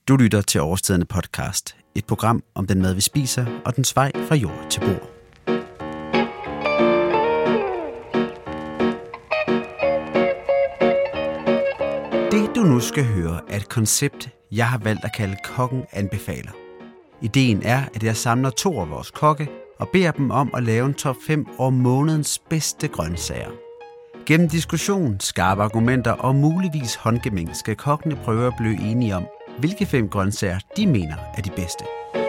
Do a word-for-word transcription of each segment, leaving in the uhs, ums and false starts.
Du lytter til Årstiderne podcast, et program om den mad, vi spiser, og dens vej fra jord til bord. Det, du nu skal høre, er et koncept, jeg har valgt at kalde Kokken anbefaler. Ideen er, at jeg samler to af vores kokke og beder dem om at lave en top fem over månedens bedste grøntsager. Gennem diskussion, skarpe argumenter og muligvis håndgemæng skal kokkene prøve at blive enige om, hvilke fem grøntsager de mener er de bedste.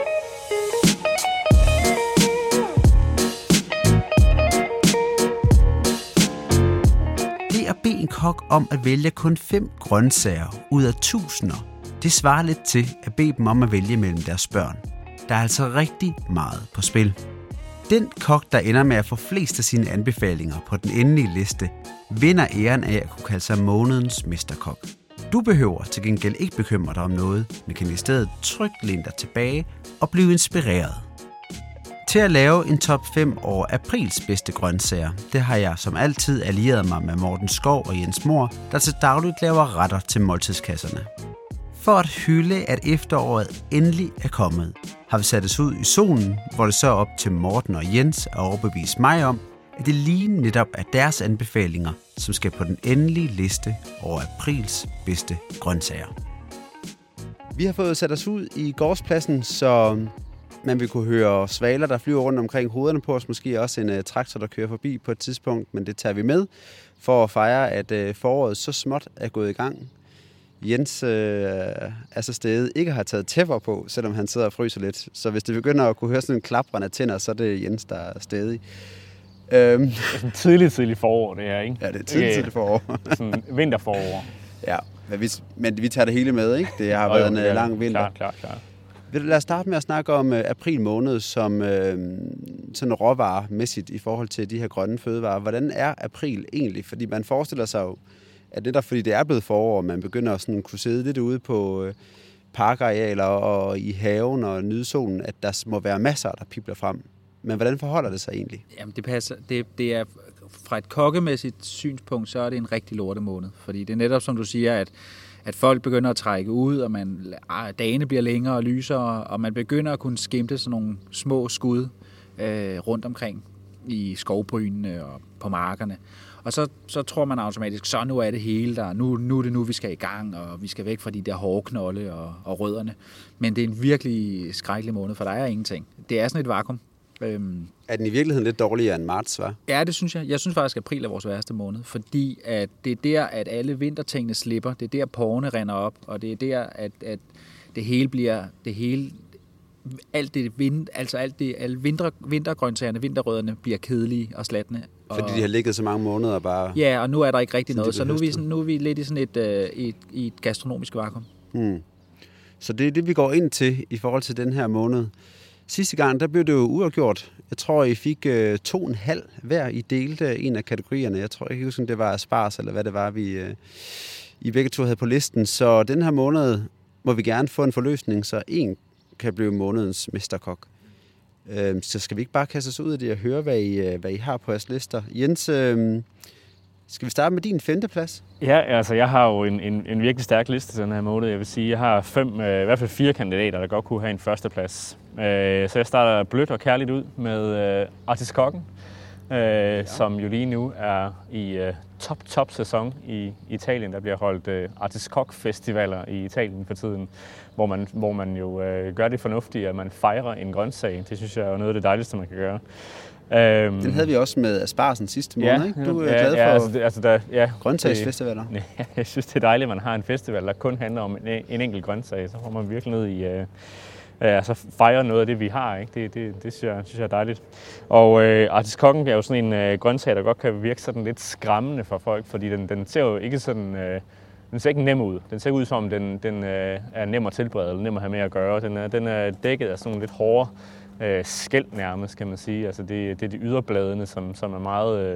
Det at bede en kok om at vælge kun fem grøntsager ud af tusinder, det svarer lidt til at bede dem om at vælge mellem deres børn. Der er altså rigtig meget på spil. Den kok, der ender med at få flest af sine anbefalinger på den endelige liste, vinder æren af at kunne kalde sig månedens mesterkok. Du behøver til gengæld ikke bekymre dig om noget, men kan i stedet trygt læne dig tilbage og blive inspireret. Til at lave en top fem over aprils bedste grøntsager, det har jeg som altid allieret mig med Morten Skov og Jens Mor, der til dagligt laver retter til måltidskasserne. For at hylde, at efteråret endelig er kommet, har vi sat os ud i solen, hvor det så er op til Morten og Jens at overbevise mig om, at det lige netop er deres anbefalinger, som skal på den endelige liste over aprils bedste grøntsager. Vi har fået sat os ud i gårdspladsen, så man vil kunne høre svaler, der flyver rundt omkring hovederne på os. Måske også en uh, traktor, der kører forbi på et tidspunkt, men det tager vi med for at fejre, at uh, foråret så småt er gået i gang. Jens øh, er så stedet ikke har taget tæpper på, selvom han sidder og fryser lidt. Så hvis det begynder at kunne høre sådan en klapren af tænder, så er det Jens, der er stedig. Øhm. Det er sådan tidligt, tidligt forår, det her, ikke? Ja, det er tidligt, tidligt forår. Sådan vinterforår. Ja, men vi, men vi tager det hele med, ikke? Det har været jo, en ja, lang vinter. Klart, klart, klart. Lad os starte med at snakke om uh, april måned som uh, sådan råvaremæssigt i forhold til de her grønne fødevarer. Hvordan er april egentlig? Fordi man forestiller sig jo, at det der, fordi det er blevet forår, man begynder at sådan kunne sidde lidt ude på uh, parkarealer og i haven og nyde solen, at der må være masser, der pibler frem. Men hvordan forholder det sig egentlig? Jamen det passer. Det, det er fra et kokkemæssigt synspunkt, så er det en rigtig lortemåned. Fordi det er netop, som du siger, at, at folk begynder at trække ud, og man, dagene bliver længere og lysere, og man begynder at kunne skimte sådan nogle små skud øh, rundt omkring i skovbrynene og på markerne. Og så, så tror man automatisk, så nu er det hele der. Nu, nu er det nu, vi skal i gang, og vi skal væk fra de der hårde knolde og, og rødderne. Men det er en virkelig skrækkelig måned, for der er ingenting. Det er sådan et vakuum. Øhm, er den i virkeligheden lidt dårligere end marts, hva'? Ja, det synes jeg. Jeg synes faktisk, at april er vores værste måned, fordi at det er der, at alle vintertingene slipper. Det er der, porrene render op, og det er der, at, at det hele bliver, det hele, alt det vind, altså alt det, alle vinter, vintergrøntsagerne, vinterrødderne bliver kedelige og slatne. Fordi og, de har ligget så mange måneder bare... Ja, og nu er der ikke rigtig noget, så nu er, vi, nu er vi lidt i sådan et, øh, et, et gastronomisk vakuum. Hmm. Så det er det, vi går ind til i forhold til den her måned. Sidste gang, der blev det jo uafgjort. Jeg tror, I fik øh, to og en halv hver. I delte en af kategorierne. Jeg tror ikke, huske, om det var spars, eller hvad det var, vi øh, I begge to havde på listen. Så den her måned må vi gerne få en forløsning, så en kan blive månedens mesterkok. Øh, så skal vi ikke bare kaste os ud af det og høre, hvad I, hvad I har på jeres lister. Jens, øh, skal vi starte med din femteplads? Ja, altså jeg har jo en, en, en virkelig stærk liste den her måned. Jeg vil sige, jeg har fem, øh, i hvert fald fire kandidater, der godt kunne have en førsteplads. Øh, så jeg starter blødt og kærligt ud med øh, artiskokken, øh, ja. som jo lige nu er i øh, top, top sæson i Italien. Der bliver holdt øh, artiskok-festivaler i Italien for tiden, hvor man, hvor man jo øh, gør det fornuftigt, at man fejrer en grøntsag. Det synes jeg er noget af det dejligste, man kan gøre. Øhm, Den havde vi også med asparsen sidste måned, ja, ikke? Du er ja, glad for ja, altså, det, altså der, ja, grøntsagsfestivaler. Det, ja, jeg synes, det er dejligt, at man har en festival, der kun handler om en, en enkelt grøntsag. Så får man virkelig ned i... Øh, altså fejre noget af det, vi har, ikke? Det, det, det synes, jeg, synes jeg er dejligt. Og øh, artiskokken er jo sådan en øh, grøntsag, der godt kan virke sådan lidt skræmmende for folk, fordi den, den ser jo ikke sådan... Øh, Den ser ikke nem ud. Den ser ud som om, den, den øh, er nem at tilberede, eller nem at have med at gøre. Den er, den er dækket af sådan nogle lidt hårde øh, skæl nærmest, kan man sige. Altså det, det er de yderbladene, som, som er meget, øh,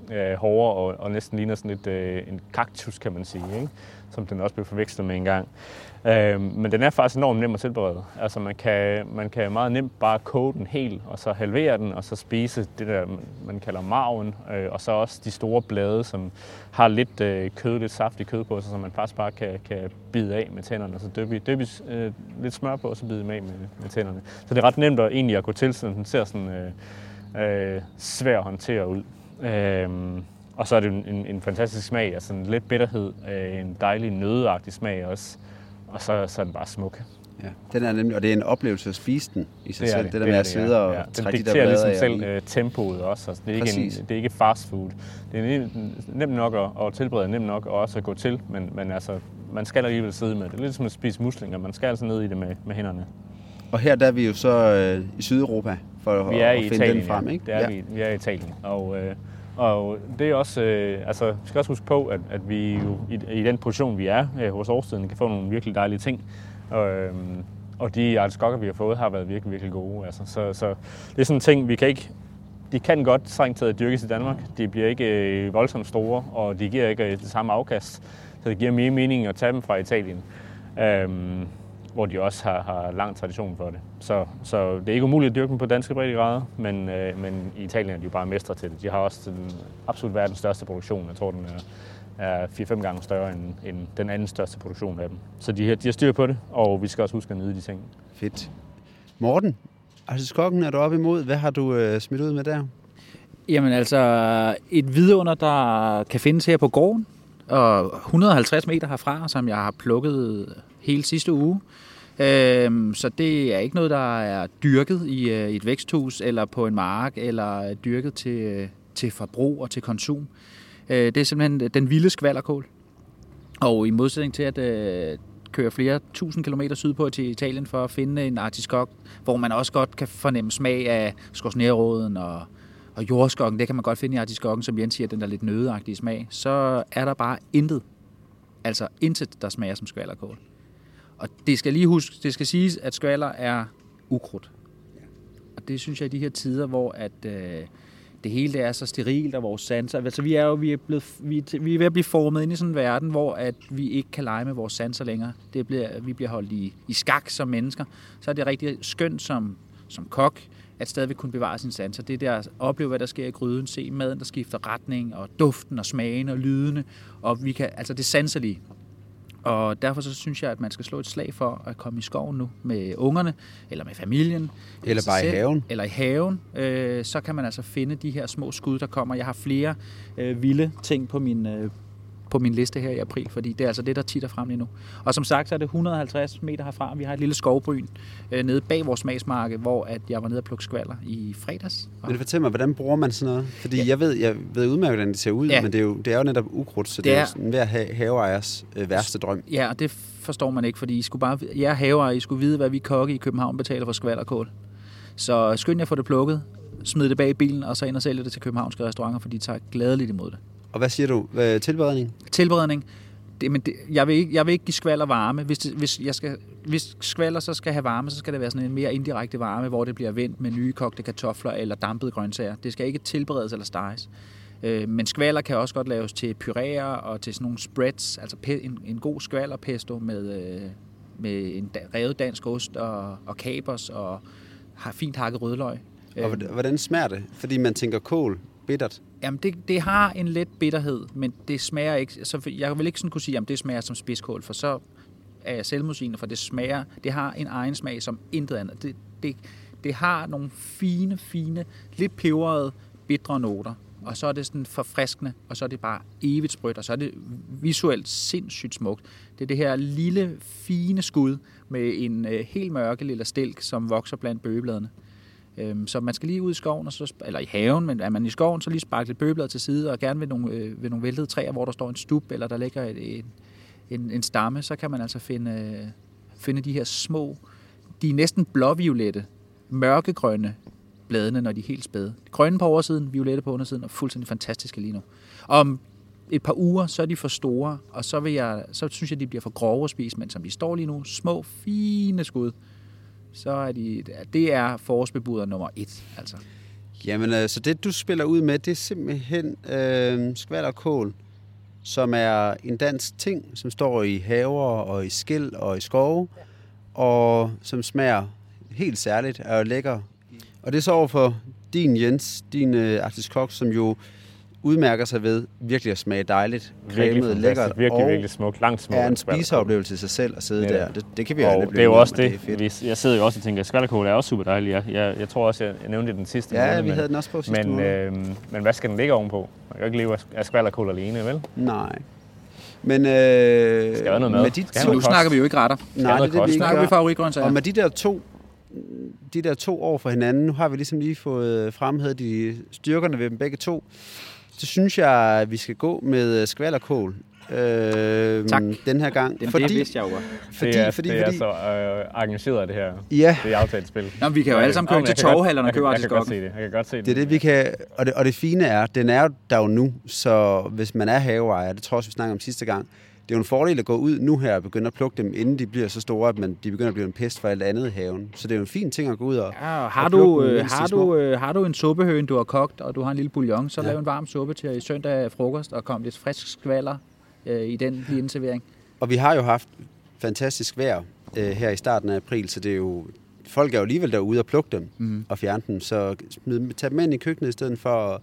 øh, hårdere og, og næsten ligner sådan lidt øh, en kaktus, kan man sige, ikke? Som den også blev forvekslet med en gang. Øh, men den er faktisk enormt nem at tilberede. Altså man kan, man kan meget nemt bare koge den helt, og så halvere den, og så spise det der, man kalder marven, øh, og så også de store blade, som har lidt øh, kød, lidt saftig kød på sig, så man faktisk bare kan, kan bide af med tænderne, og så døbe, døbe øh, lidt smør på, og så bide dem af med, med tænderne. Så det er ret nemt at, egentlig at gå til, så den ser sådan øh, øh, svær at håndtere ud. Øh, og så er det en, en fantastisk smag, altså en lidt bitterhed, øh, en dejlig nøddeagtig smag også. Og så, så er den bare smuk. Ja, den er nemlig, og det er en oplevelse at spise den i sig det selv. Det, det der det med at det, sidde og ja. trække de der blade blader ligesom af. selv uh, tempoet også. Altså, det, er ikke en, det er ikke fast food. Det er nemt, nemt nok at, at tilberede, nemt nok og også at gå til, men, men altså, man skal alligevel sidde med det. Det er lidt som at spise muslinger. Man skal altså ned i det med, med hænderne. Og her der er vi jo så øh, i Sydeuropa for vi er at, i at finde Italien, den frem, ja. ikke? Det er ja. vi. Vi er i Italien. Og, øh, og det er også, øh, altså, vi skal også huske på, at, at vi jo i, i den position, vi er øh, hos årstiden, kan få nogle virkelig dejlige ting. Og, øh, og de artiskokker, vi har fået, har været virkelig, virkelig gode. Altså, så, så det er sådan en ting, vi kan ikke... De kan godt strengt taget dyrkes i Danmark. De bliver ikke øh, voldsomt store, og de giver ikke øh, det samme afkast. Så det giver mere mening at tage dem fra Italien, øh, hvor de også har, har lang tradition for det. Så, så det er ikke umuligt at dyrke dem på danske breddegrader, men, øh, men i Italien er de jo bare mestre til det. De har også den absolut verdens største produktion. Jeg tror, den er... er fire fem gange større end, end den anden største produktion af dem. Så de har, de har styr på det, og vi skal også huske at nyde de ting. Fedt. Morten, artiskokken er du op imod. Hvad har du øh, smidt ud med der? Jamen altså, et vidunder, der kan findes her på gården, og et hundrede og halvtreds meter herfra, som jeg har plukket hele sidste uge. Øhm, så det er ikke noget, der er dyrket i øh, et væksthus, eller på en mark, eller dyrket til, øh, til forbrug og til konsum. Det er simpelthen den vilde skvalderkål. Og i modsætning til at øh, køre flere tusind kilometer sydpå til Italien for at finde en artiskok, hvor man også godt kan fornemme smag af skorstnerråden og, og jordskokken, det kan man godt finde i artiskokken, som Jens siger, den der lidt nødeagtige smag, så er der bare intet, altså intet, der smager som skvalderkål. Og det skal lige huske, det skal siges, at skvalder er ukrudt. Og det synes jeg i de her tider, hvor at... Øh, det hele det er så sterilt af vores sanser. Altså, vi er jo vi er blevet, vi, vi er ved at blive formet ind i sådan en verden, hvor at vi ikke kan lege med vores sanser længere. Det bliver, vi bliver holdt i, i skak som mennesker. Så er det rigtig skønt som, som kok, at stadigvæk kunne bevare sine sanser. Det er der at opleve, hvad der sker i gryden, se maden, der skifter retning, og duften, og smagen, og lydene. Og vi kan, altså det sanselige. Og derfor så synes jeg, at man skal slå et slag for at komme i skoven nu med ungerne, eller med familien. Eller bare selv, i haven. Eller i haven. Øh, så kan man altså finde de her små skud, der kommer. Jeg har flere øh, vilde ting på min, øh, på min liste her i april, fordi det er altså det, der titter frem lige nu. Og som sagt, så er det et hundrede og halvtreds meter herfra. Vi har et lille skovbryn øh, nede bag vores smagsmarked, hvor at jeg var nede og plukke skvalder i fredags. Men fortæl mig, hvordan bruger man sådan noget? Fordi ja. jeg ved, jeg ved udmærket, hvordan det ser ud, ja. men det er, jo, det er jo netop ukrudt, så det, det er jo sådan hver haveejers øh, værste drøm. Ja, og det forstår man ikke, fordi I skulle bare, jer haveejere, I skulle vide, hvad vi kokke i København betaler for skvalderkål. Så skynd jer at få det plukket, smid det bag i bilen, og så ind og sælge det til københavnske restauranter, for de tager gladeligt imod det. Og hvad siger du? Hvad, tilberedning? Tilberedning. Det, men det, jeg, vil ikke, jeg vil ikke give skvalder varme. Hvis, det, hvis, jeg skal, hvis skvalder så skal have varme, så skal det være sådan en mere indirekte varme, hvor det bliver vendt med nye kogte kartofler eller dampede grøntsager. Det skal ikke tilberedes eller steges. Øh, men skvalder kan også godt laves til puréer og til sådan nogle spreads, altså pe, en, en god skvalderpesto med, øh, med en revet dansk ost og, og kapers og har fint hakket rødløg. Og hvordan smager det? Fordi man tænker kål, bittert. Jamen, det, det har en let bitterhed, men det smager ikke... Så jeg vil ikke sådan kunne sige, at det smager som spidskål, for så er jeg selvmodsigende, for det smager... Det har en egen smag som intet andet. Det, det, det har nogle fine, fine, lidt peberede, bitre noter, og så er det sådan forfriskende, og så er det bare evigt sprødt, og så er det visuelt sindssygt smukt. Det er det her lille, fine skud med en øh, helt mørke lille stilk, som vokser blandt bøgebladene. Så man skal lige ud i skoven, og så, eller i haven, men er man i skoven, så lige sparke lidt bøgeblader til side, og gerne ved nogle, øh, ved nogle væltede træer, hvor der står en stup, eller der ligger et, en, en, en stamme, så kan man altså finde, finde de her små, de er næsten blåviolette, mørkegrønne bladene, når de er helt spæde. Grønne på oversiden, violette på undersiden, og fuldstændig fantastiske lige nu. Om et par uger, så er de for store, og så, vil jeg, så synes jeg, de bliver for grove at spise, men som de står lige nu, små, fine skud, så er de, det er forårsbebuder nummer et, altså. Jamen, øh, så det du spiller ud med, det er simpelthen øh, skvalderkål, som er en dansk ting, som står i haver og i skæld og i skove, og som smager helt særligt og er lækker. Og det er så overfor din Jens, din øh, artiskok, som jo udmærker sig ved virkelig at smage dejligt, cremet, lækkert, virkelig, virkelig smukt, langt smukt. Er en spiseoplevelse i sig selv at sidde ja. der. Det, det kan vi jo alle blive. Det er jo også det. det jeg sidder jo også og tænker, at skvalderkål er også super dejlig. Jeg, jeg, jeg tror også, jeg, jeg nævnte det den sidste. Ja, måned, vi men, havde den også på sidste men, øh, men hvad skal den ligge ovenpå? Man kan jo ikke leve af skvalderkål alene, vel? Nej. Men øh, skal noget med de to, nu snakker vi jo ikke retter. Nej, det, det vi snakker vi favoritgrøntsager. Og med de der to de der to år for hinanden, nu har vi ligesom lige fået fremhævet de styrkerne ved dem begge to. Så synes jeg, at vi skal gå med skvalderkål. Øh, tak. Den her gang. Det, fordi, det vidste jeg jo godt. Fordi, det er, fordi, det er fordi, så øh, arrangeret det her. Ja. Det er aftalt spil. Nå, vi kan jo alle sammen køre til torvehallerne og købe artiskokken. Jeg kan godt se det. Det er det, vi kan. Og det, og det fine er, den er der jo nu, så hvis man er haveejer, det tror jeg, vi snakker om sidste gang, det er jo en fordel at gå ud nu her og begynde at plukke dem, inden de bliver så store, at man, de begynder at blive en pest for alt andet i haven. Så det er jo en fin ting at gå ud og, ja, har, og du, øh, har, du, øh, har du en suppehøen, du har kogt, og du har en lille bouillon, så ja. lav en varm suppe til i søndag frokost, og kom lidt frisk skvalder øh, i den lige indservering. Og vi har jo haft fantastisk vejr øh, her i starten af april, så det er jo, folk er jo alligevel derude og plukke dem mm. og fjerne dem, så smid, tag dem ind i køkkenet i stedet for,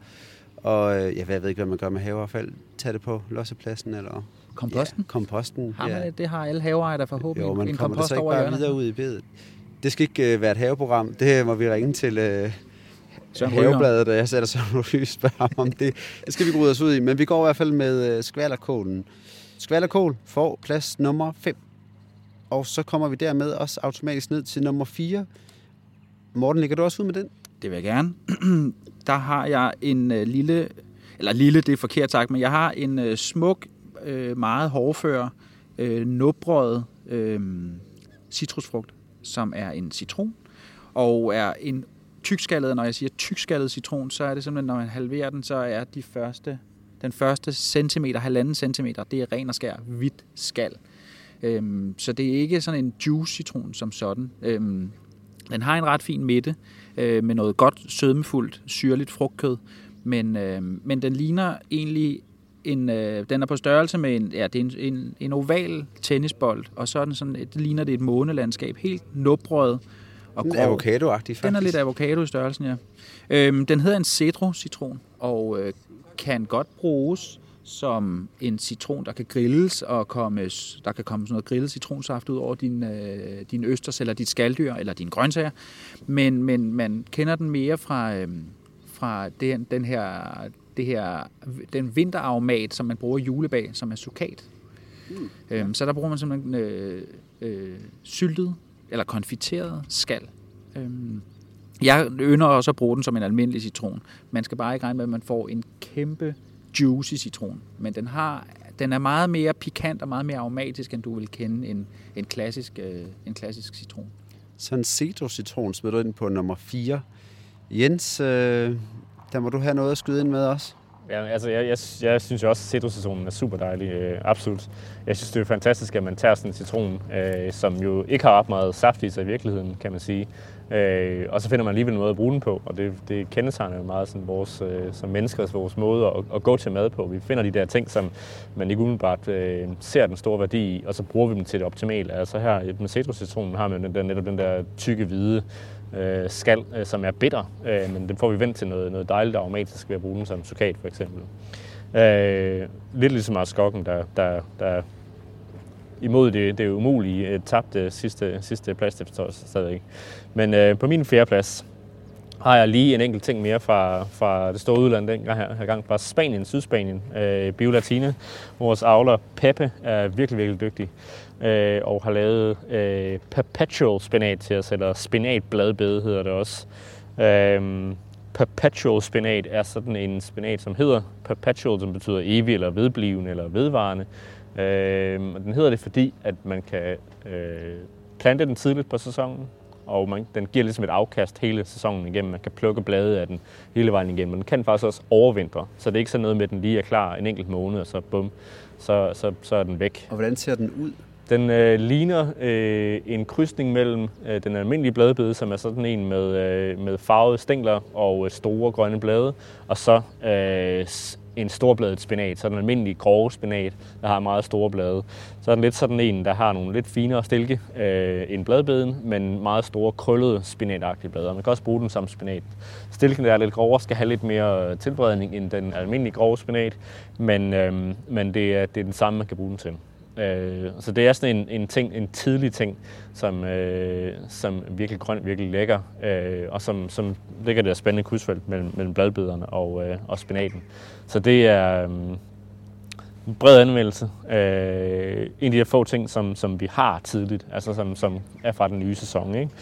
og øh, jeg ved ikke, hvad man gør med haveaffald. Tag det på lossepladsen eller... Komposten? Ja, komposten, har man, ja. Det har alle haveejere, der forhåbentlig jo, man en kommer kompost så ikke over bare hjørnet. videre ud i bedet. Det skal ikke uh, være et haveprogram. Det må vi ringe til uh, Havebladet, og jeg sætter så noget spørge ham om det. Det skal vi gå os ud i, men vi går i hvert fald med uh, skvalderkålen. Skvalderkål får plads nummer fem. Og så kommer vi dermed også automatisk ned til nummer fire. Morten, ligger du også ud med den? Det vil jeg gerne. Der har jeg en uh, lille, eller lille, det er forkert sagt, men jeg har en uh, smuk, uh, meget hårdfør, uh, nubrød uh, citrusfrugt, som er en citron, og er en tykskaldet. Når jeg siger tykskaldet citron, så er det simpelthen, når man halverer den, så er de første, den første centimeter, halvanden centimeter, det er ren og skær hvidt skal. Um, så det er ikke sådan en juice citron som sådan. Um, den har en ret fin midte, uh, med noget godt sødmefuldt, syrligt frugtkød, men, uh, men den ligner egentlig en, øh, den er på størrelse med en, ja, det er en, en, en oval tennisbold, og så er den sådan, det ligner det et månelandskab, helt nubrød og grov. Avocado-agtig faktisk. Den er lidt avocado i størrelsen, ja. Øhm, den hedder en cedro-citron, og øh, kan godt bruges som en citron, der kan grilles, og komme, der kan komme sådan noget grillet citronsaft ud over din, øh, din østers, eller dit skaldyr, eller dine grøntsager. Men, men man kender den mere fra, øh, fra den, den her... det her, den vinteraromat, som man bruger i julebag, som er sukat. Mm. Øhm, så der bruger man simpelthen øh, øh, syltet eller konfiteret skal. Øhm, jeg ynder også at bruge den som en almindelig citron. Man skal bare ikke regne med, at man får en kæmpe juicy citron. Men den, har, den er meget mere pikant og meget mere aromatisk, end du vil kende en, en, klassisk, øh, en klassisk citron. Så en citron smider du ind på nummer fire. Jens, øh der må du have noget at skyde ind med også. Ja, altså jeg, jeg, jeg synes jo også, at citruscitronen er super dejlig. Øh, absolut. Jeg synes, det er fantastisk, at man tager sådan en citron, øh, som jo ikke har ret meget saft i sig i virkeligheden, kan man sige. Øh, og så finder man alligevel en måde at bruge den på, og det, det kendetegner jo meget sådan vores, øh, som mennesker, vores måde at, at gå til mad på. Vi finder de der ting, som man ikke umiddelbart øh, ser den store værdi i, og så bruger vi dem til det optimale. Altså her med citruscitronen har man den der, netop den der tykke, hvide øh, skal, øh, som er bitter, øh, men den får vi vendt til noget, noget dejligt aromatisk ved at bruge den som sukat for eksempel. Øh, lidt ligesom artiskokken, der, der, der imod det, det umulige tabte sidste, sidste plads, det forstår jeg stadigvæk. Men øh, på min fjerde plads har jeg lige en enkelt ting mere fra, fra det store udland den her, her gang, fra Spanien, Sydspanien, øh, Biolatina. Vores avler Pepe er virkelig, virkelig dygtig øh, og har lavet øh, perpetual spinat til os, eller spinatbladbede hedder det også. Øh, perpetual spinat er sådan en spinat, som hedder perpetual, som betyder evig eller vedblivende eller vedvarende. Øh, den hedder det, fordi at man kan øh, plante den tidligt på sæsonen, og man, den giver ligesom et afkast hele sæsonen igennem. Man kan plukke blade af den hele vejen igennem, men den kan faktisk også overvintre, så det er ikke sådan noget med, at den lige er klar en enkelt måned, og så bum, så, så, så er den væk. Og hvordan ser den ud? Den øh, ligner øh, en krydsning mellem øh, den almindelige bladbede, som er sådan en med, øh, med farvede stængler og øh, store grønne blade, og så øh, en storbladet spinat, så den almindelige grove spinat, der har meget store blade. Så er den lidt sådan en, der har nogle lidt finere stilke øh, end bladbeden, men meget store, krøllede spinatagtige blade. Man kan også bruge den som spinat. Stilken, der er lidt grovere, skal have lidt mere tilberedning end den almindelige grove spinat, men, øh, men det, er, det er den samme, man kan bruge den til. Øh, så det er sådan en, en ting, en tidlig ting, som, øh, som virkelig grønt, virkelig lækker, øh, og som, som ligger det der spændende krydsfelt mellem, mellem bladbederne og, øh, og spinaten. Så det er øh, en bred anvendelse. Øh, en af de få ting, som, som vi har tidligt, altså som, som er fra den nye sæson, ikke?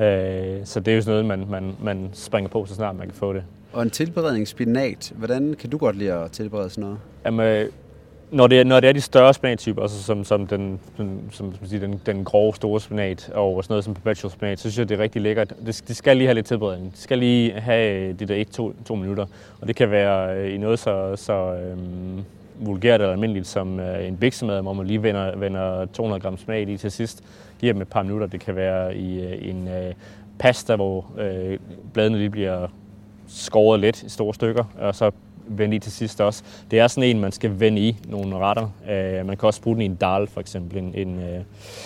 Øh, så det er jo sådan noget, man, man, man springer på, så snart man kan få det. Og en tilberedning spinat, hvordan kan du godt lide at tilberede sådan noget? Jamen, Når det, er, når det er de større spinattyper, altså som, som, den, den, som siger, den, den grove, store spinat og sådan noget som perpetual spinat, så synes jeg, det er rigtig lækkert. Det, de skal lige have lidt tilberedning. De skal lige have de der et til to minutter. Og det kan være i noget så, så øhm, vulgært eller almindeligt som øh, en biksemad, hvor man lige vender, vender to hundrede gram spinat i til sidst. Giver dem et par minutter. Det kan være i øh, en øh, pasta, hvor øh, bladene lige bliver skåret let i store stykker, og så vende i til sidst også. Det er sådan en, man skal vende i nogle retter. Uh, man kan også bruge den i en dal, for eksempel en, en, uh,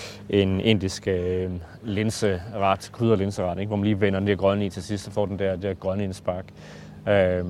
en indisk uh, linseret, krydderlinseret, ikke? Hvor man lige vender den der grønne i til sidst, og får den der, der grønne indspark. Uh,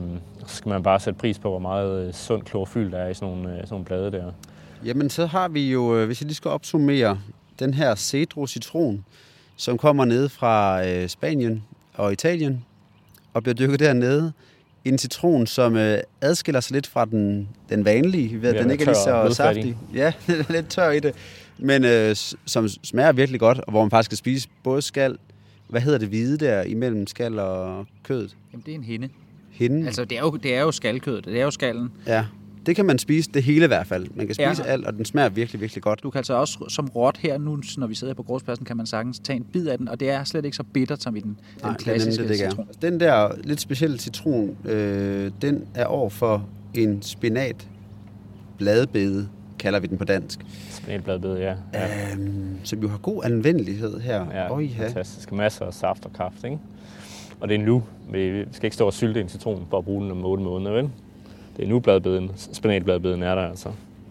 så skal man bare sætte pris på, hvor meget uh, sund klorofyl der er i sådan nogle, uh, sådan nogle blade der. Jamen, så har vi jo, hvis jeg lige skal opsummere, den her Cedro citron, som kommer ned fra uh, Spanien og Italien, og bliver dyrket dernede. En citron, som øh, adskiller sig lidt fra den, den vanlige, ved at den ikke er lige så saftig. Ja, den er lidt tør i det, men øh, som smager virkelig godt, og hvor man faktisk kan spise både skal, hvad hedder det hvide der, imellem skal og kødet? Jamen, det er en hinde. Hinde? Altså, det er jo, det er jo skalkødet, det er jo skallen. Ja, det kan man spise, det hele i hvert fald. Man kan spise ja. alt, og den smager virkelig, virkelig godt. Du kan altså også som rot her nu, når vi sidder på gårdspladsen, kan man sagtens tage en bid af den, og det er slet ikke så bittert som i den, Nej, den klassiske det, det citron. Den der lidt specielle citron, øh, den er over for en spinat bladbede, kalder vi den på dansk. Spinatbladbede, ja. ja. Øhm, som jo har god anvendelighed her. Ja, Øj, ja. Fantastisk. Masser af saft og kraft, ikke? Og det er nu. Vi skal ikke stå og sylte en citron for at bruge den om otte måneder, vel? Det er nu bladbeden, spinatbladbeden er der altså.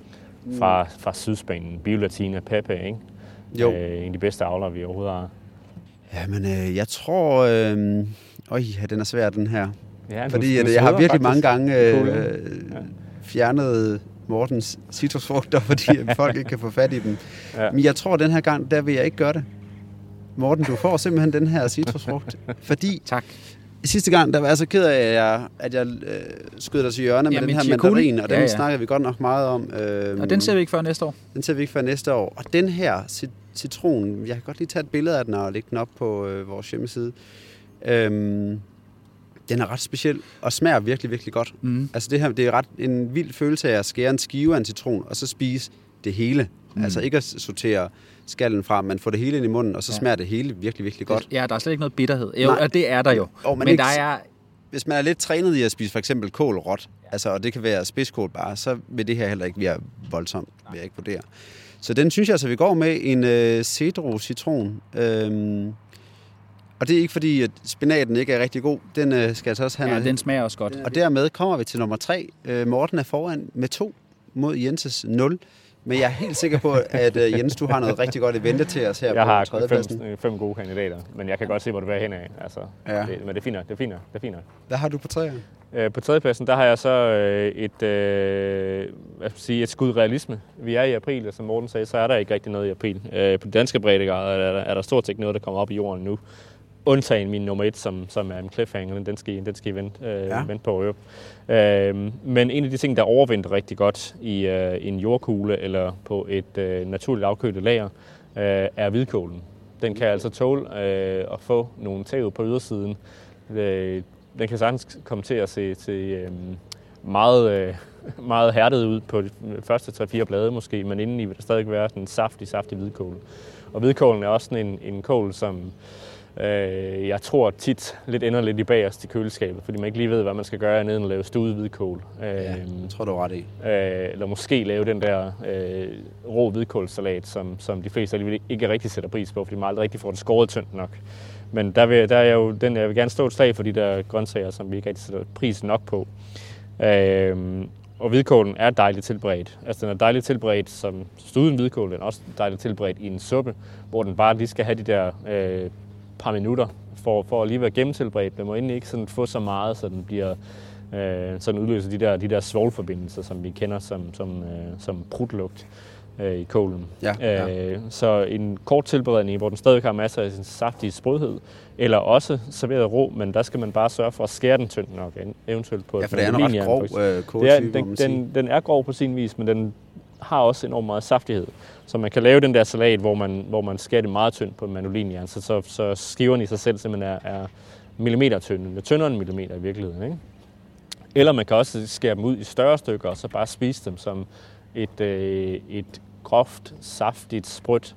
Fra, fra Sydspanien, Biolatina, Pepe, ikke? Jo. Øh, en af de bedste avlere, vi overhovedet har. Jamen, øh, jeg tror... Øh, øj, ja, den er svær, den her. Ja, Fordi du, du jeg har virkelig faktisk. mange gange øh, cool, ja. fjernet Mortens citrusfrugter, fordi folk ikke kan få fat i dem. Ja. Men jeg tror, den her gang, der vil jeg ikke gøre det. Morten, du får simpelthen den her citrusfrugt. Fordi... Tak. Sidste gang, der var jeg så ked af, at jeg, at jeg øh, skød dig til hjørne med ja, den her chiacoli. mandarin, og den ja, ja. snakker vi godt nok meget om. Øh, og den ser vi ikke før næste år? Den ser vi ikke før næste år. Og den her citron, jeg kan godt lige tage et billede af den og lægge den op på øh, vores hjemmeside. Øhm, den er ret speciel og smager virkelig, virkelig godt. Mm. Altså det her, det er ret en vild følelse af at skære en skive af en citron, og så spise det hele. Mm. Altså ikke at sortere skallen fra, man får det hele ind i munden, og så ja. smager det hele virkelig, virkelig godt. Ja, der er slet ikke noget bitterhed. Jo, Nej. det er der jo. jo men ikke, der er... Hvis man er lidt trænet i at spise for eksempel kål råt, ja. altså, og det kan være spidskål bare, så vil det her heller ikke være voldsomt, vil jeg ikke vurdere. Så den synes jeg altså, vi går med en øh, Cedro citron. Øhm, og det er ikke fordi, at spinaten ikke er rigtig god. Den øh, skal altså også have ja, noget. den smager også godt. Og dermed kommer vi til nummer tre. Øh, Morten er foran med to mod Jenses nul. Men jeg er helt sikker på, at uh, Jens, du har noget rigtig godt i vente til os her jeg på tredjepladsen. Jeg har fem, fem gode kandidater, men jeg kan godt se, hvor du vil hen af. Altså, ja. det, men det er fint nok, det er fint nok, det er fint nok. Hvad har du på træerne? Øh, på tredjepladsen, der har jeg så øh, et, øh, hvad skal sige, et skud realisme. Vi er i april, og som Morten sagde, så er der ikke rigtig noget i april. Øh, på de danske breddegrader er der, er der stort set noget, der kommer op i jorden nu. Undtagen min nummer et, som, som er en cliffhanger, den skal, den skal I vente, øh, ja. vente på at øve. Øh, men en af de ting, der overvinter rigtig godt i øh, en jordkugle eller på et øh, naturligt afkølet lager, øh, er hvidkålen. Den kan altså tåle øh, at få nogle tæv på ydersiden. Øh, den kan sagtens komme til at se til, øh, meget, øh, meget hærdet ud på de første tre fire blade måske, men indeni vil der stadig være sådan en saftig, saftig hvidkål. Og hvidkålen er også sådan en, en kål, som Øh, jeg tror tit lidt ender lidt i bagerst i køleskabet, fordi man ikke lige ved, hvad man skal gøre nede og lave stuet hvidkål. Ja, jeg tror, du er ret i. Øh, eller måske lave den der øh, rå hvidkålsalat, som, som de fleste alligevel ikke rigtig sætter pris på, fordi man aldrig rigtig får det skåret tyndt nok. Men der vil, der er jeg jo den, jeg vil gerne stå et slag for de der grøntsager, som vi ikke rigtig sætter prisen nok på. Øh, og hvidkålen er dejligt tilberedt. Altså den er dejligt tilberedt som studen hvidkål, den er også dejligt tilberedt i en suppe, hvor den bare lige skal have de der øh, par minutter for, for at lige være gennemtilberedt. Den må egentlig ikke sådan få så meget, så den bliver øh, sådan udløser de der, de der svovlforbindelser, som vi kender som, som, øh, som prutlugt øh, i kålen. Ja, ja. Øh, så en kort tilberedning, hvor den stadig har masser af sin saftige sprødhed, eller også serveret rå, men der skal man bare sørge for at skære den tyndt nok, eventuelt på ja, for det er en ret grov øh, kåltype, den, den, den er grov på sin vis, men den har også enormt meget saftighed. Så man kan lave den der salat, hvor man, hvor man skærer det meget tyndt på en mandolinjern, så, så, så skiverne i sig selv simpelthen er, er millimeter tynde, tyndere end millimeter i virkeligheden. Ikke? Eller man kan også skære dem ud i større stykker, og så bare spise dem som et, øh, et groft, saftigt, sprødt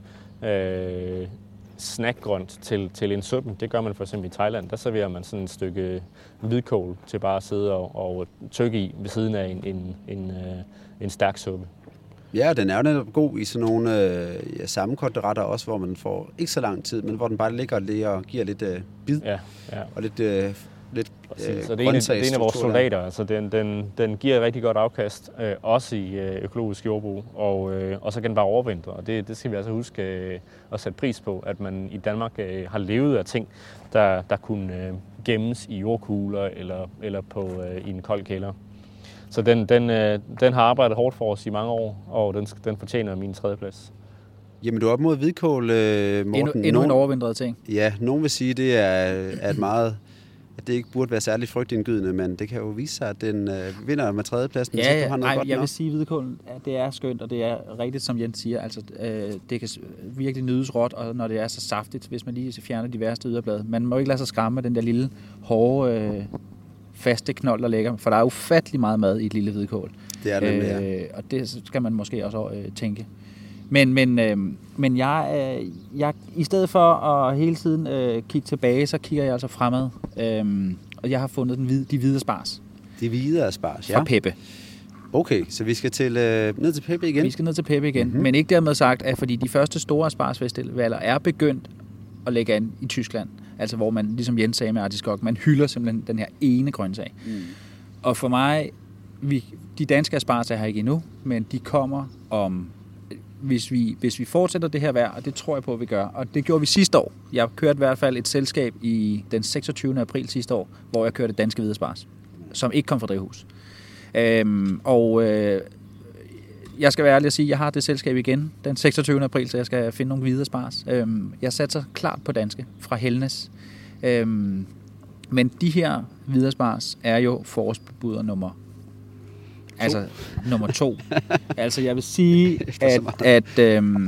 øh, snackgrønt til, til en suppe. Det gør man for eksempel i Thailand. Der serverer man sådan et stykke hvidkål til bare at sidde og, og tykke i ved siden af en, en, en, øh, en stærk suppe. Ja, den er jo netop god i sådan nogle øh, ja, sammenkogte retter også, hvor man får ikke så lang tid, men hvor den bare ligger lige og giver lidt øh, bid ja, ja. og lidt, øh, lidt øh, så det er, en, det er en af vores soldater. Altså den, den, den giver et rigtig godt afkast, øh, også i øh, økologisk jordbrug, og, øh, og så kan den bare overvintre. Og det, det skal vi altså huske øh, at sætte pris på, at man i Danmark øh, har levet af ting, der, der kunne øh, gemmes i jordkugler eller, eller på, øh, i en kold kælder. Så den, den, øh, den har arbejdet hårdt for os i mange år, og den, den fortjener min tredjeplads. Jamen, du er op mod hvidkål, øh, Morten. Endnu, endnu en overvintret ting. Ja, nogen vil sige, det er, er et meget, at det ikke burde være særligt frygtindgydende, men det kan jo vise sig, at den øh, vinder med tredjepladsen. Ja, så ja. har Ej, godt jeg nok. vil sige, at hvidkålen, det er skønt, og det er rigtigt, som Jens siger. Altså, øh, det kan virkelig nydes råt, og når det er så saftigt, hvis man lige fjerner de værste yderblade. Man må ikke lade sig skræmme den der lille, hårde, øh, faste knold, der ligger, for der er ufattelig meget mad i et lille hvidkål. Det er det, øh, ja. Og det skal man måske også øh, tænke. Men, men, øh, men jeg, øh, jeg, i stedet for at hele tiden øh, kigge tilbage, så kigger jeg altså fremad. Øh, og jeg har fundet den hvide, de hvide spars. De hvide spars, ja. Fra Pepe. Okay, så vi skal til, øh, ned til Pepe igen? Vi skal ned til Pepe igen, mm-hmm. men ikke dermed sagt, at fordi de første store aspargesfestivaler er begyndt at lægge an i Tyskland, altså hvor man, ligesom Jens sagde med artiskok, man hylder simpelthen den her ene grøntsag. Mm. Og for mig, vi, de danske asparges er her ikke endnu, men de kommer om, hvis vi, hvis vi fortsætter det her vejr, og det tror jeg på, at vi gør, og det gjorde vi sidste år. Jeg kørte i hvert fald et selskab i den seksogtyvende april sidste år, hvor jeg kørte danske hvide asparges, som ikke kom fra drivhus. Øhm, og øh, jeg skal være ærlig at sige, at jeg har det selskab igen den seksogtyvende april, så jeg skal finde nogle hvide asparges. Øhm, jeg satser klart på danske fra Helnes. Øhm, men de her hvide asparges er jo forårsbebuder nummer altså nummer to. Altså jeg vil sige, at, at øhm,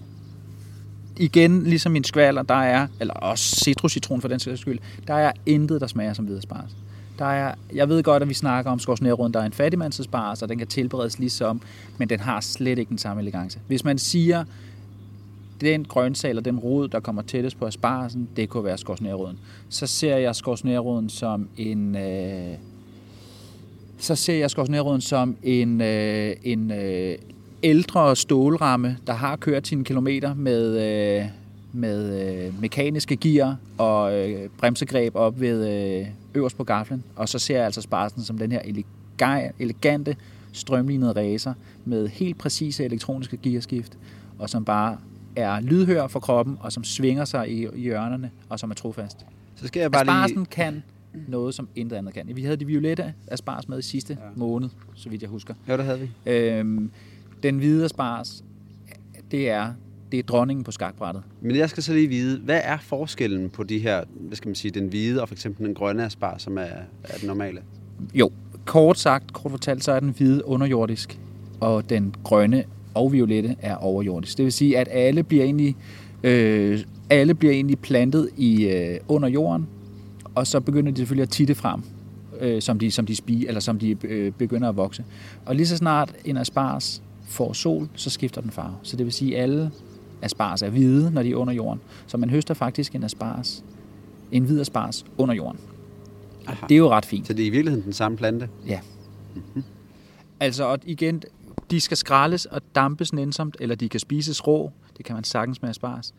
igen, ligesom min skvaler, der er, eller også citruscitron for den sags skyld, der er intet, der smager som hvide asparges. Der er, jeg ved godt, at vi snakker om skorsenærrøden, der er en fattigmandsasparges, og den kan tilberedes ligesom, men den har slet ikke den samme elegance. Hvis man siger, den grøntsag eller den rod, der kommer tættest på aspargesen, det kunne være skorsenærrøden, så ser jeg skorsenærrøden som en... Øh, så ser jeg skorsenærrøden som en, øh, en øh, ældre stålramme, der har kørt sine kilometer med, øh, med øh, mekaniske gear og øh, bremsegreb op ved øh, øverst på gaflen. Og så ser jeg altså aspargesen som den her elegante, elegante strømlinede racer med helt præcise elektroniske gearskift, og som bare er lydhør for kroppen, og som svinger sig i, i hjørnerne, og som er trofast. Så skal jeg bare aspargesen lige... kan noget, som intet andet kan. Vi havde de violette asparges med i sidste ja. måned, så vidt jeg husker. Ja, det havde vi. Øhm, den hvide asparges, det er, det er dronningen på skakbrættet. Men jeg skal så lige vide, hvad er forskellen på de her, hvad skal man sige, den hvide og for eksempel den grønne asparges, som er, er den normale? Jo, kort sagt, kort fortalt, så er den hvide underjordisk, og den grønne og violette er overjordisk. Det vil sige, at alle bliver egentlig, øh, alle bliver egentlig plantet i, øh, under jorden, og så begynder de selvfølgelig at titte frem, øh, som de, som de spige, eller som de øh, begynder at vokse. Og lige så snart en asparges får sol, så skifter den farve. Så det vil sige, at alle asparges er hvide, når de er under jorden. Så man høster faktisk en asparges, en hvid asparges under jorden. Aha. Det er jo ret fint. Så det er i virkeligheden den samme plante? Ja. Mm-hmm. Altså, og igen, de skal skrælles og dampes nænsomt, eller de kan spises rå. Det kan man sagtens med asparges.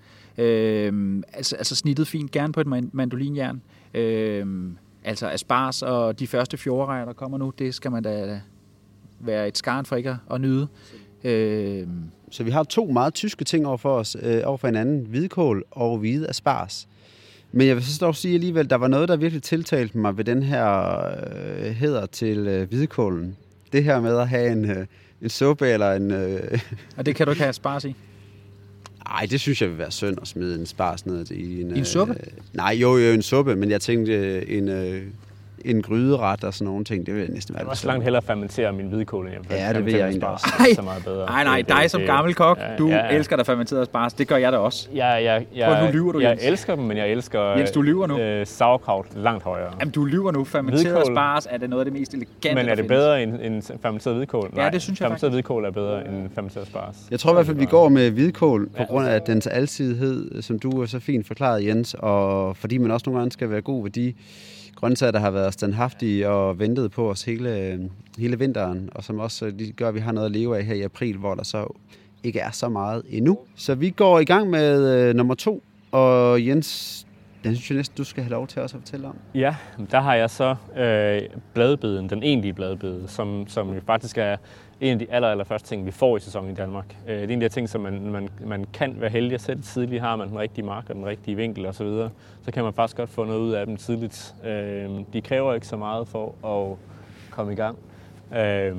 Øhm, altså, altså snittet fint, gerne på et mandolinjern. Øhm, altså asparges og de første fjordrejer, der kommer nu, det skal man da være et skarn for ikke at nyde. Øhm. Så vi har to meget tyske ting over for os, øh, over for hinanden. Hvidkål og hvide asparges. Men jeg vil så dog sige alligevel, der var noget, der virkelig tiltalte mig ved den her øh, hæder til øh, hvidkålen. Det her med at have en, øh, en suppe eller en... Øh... Og det kan du ikke have asparges i? Nej, det synes jeg vil være synd at smide en asparges ned i en... I en suppe? Øh, nej, jo, jo, en suppe, men jeg tænkte øh, en... Øh, en gryderet og sådan nogle ting, det vil næsten være det. Jeg vil også langt hellere fermentere min hvidkål, end jeg ja, det vil jeg egentlig også. Så meget bedre. Nej, nej, dig som gammel kok, ja, du ja, ja. elsker der fermenteret asparges. Det gør jeg da også. Ja, ja, ja, Prøv, nu lyver du, jeg Jens. elsker dem, men jeg elsker Jens, du lyver nu. Øh, sauerkraut langt højere. Jamen, du lyver nu. Fermenteret asparges er det noget af det mest elegante, men er det bedre end, end fermenteret hvidkål? Ja, det synes jeg fermenteret hvidkål er bedre end fermenteret asparges. Jeg tror i hvert fald, vi går med hvidkål på grund af dens alsidighed, som du er så fint forklaret, Jens, og fordi man også nogle gange skal være god ved de grøntsager, der har været standhaftige og ventet på os hele, hele vinteren, og som også gør, at vi har noget at leve af her i april, hvor der så ikke er så meget endnu. Så vi går i gang med øh, nummer to, og Jens, den synes jeg næsten, du skal have lov til også at fortælle om. Ja, der har jeg så øh, bladbeden, den egentlige bladbede, som, som faktisk er en af de aller, aller første ting, vi får i sæsonen i Danmark. Øh, det er en af de ting, som man, man, man kan være heldig at sætte tidligt. Har man den rigtige mark og den rigtige vinkel osv., så, så kan man faktisk godt få noget ud af dem tidligt. Øh, de kræver ikke så meget for at komme i gang. Øh,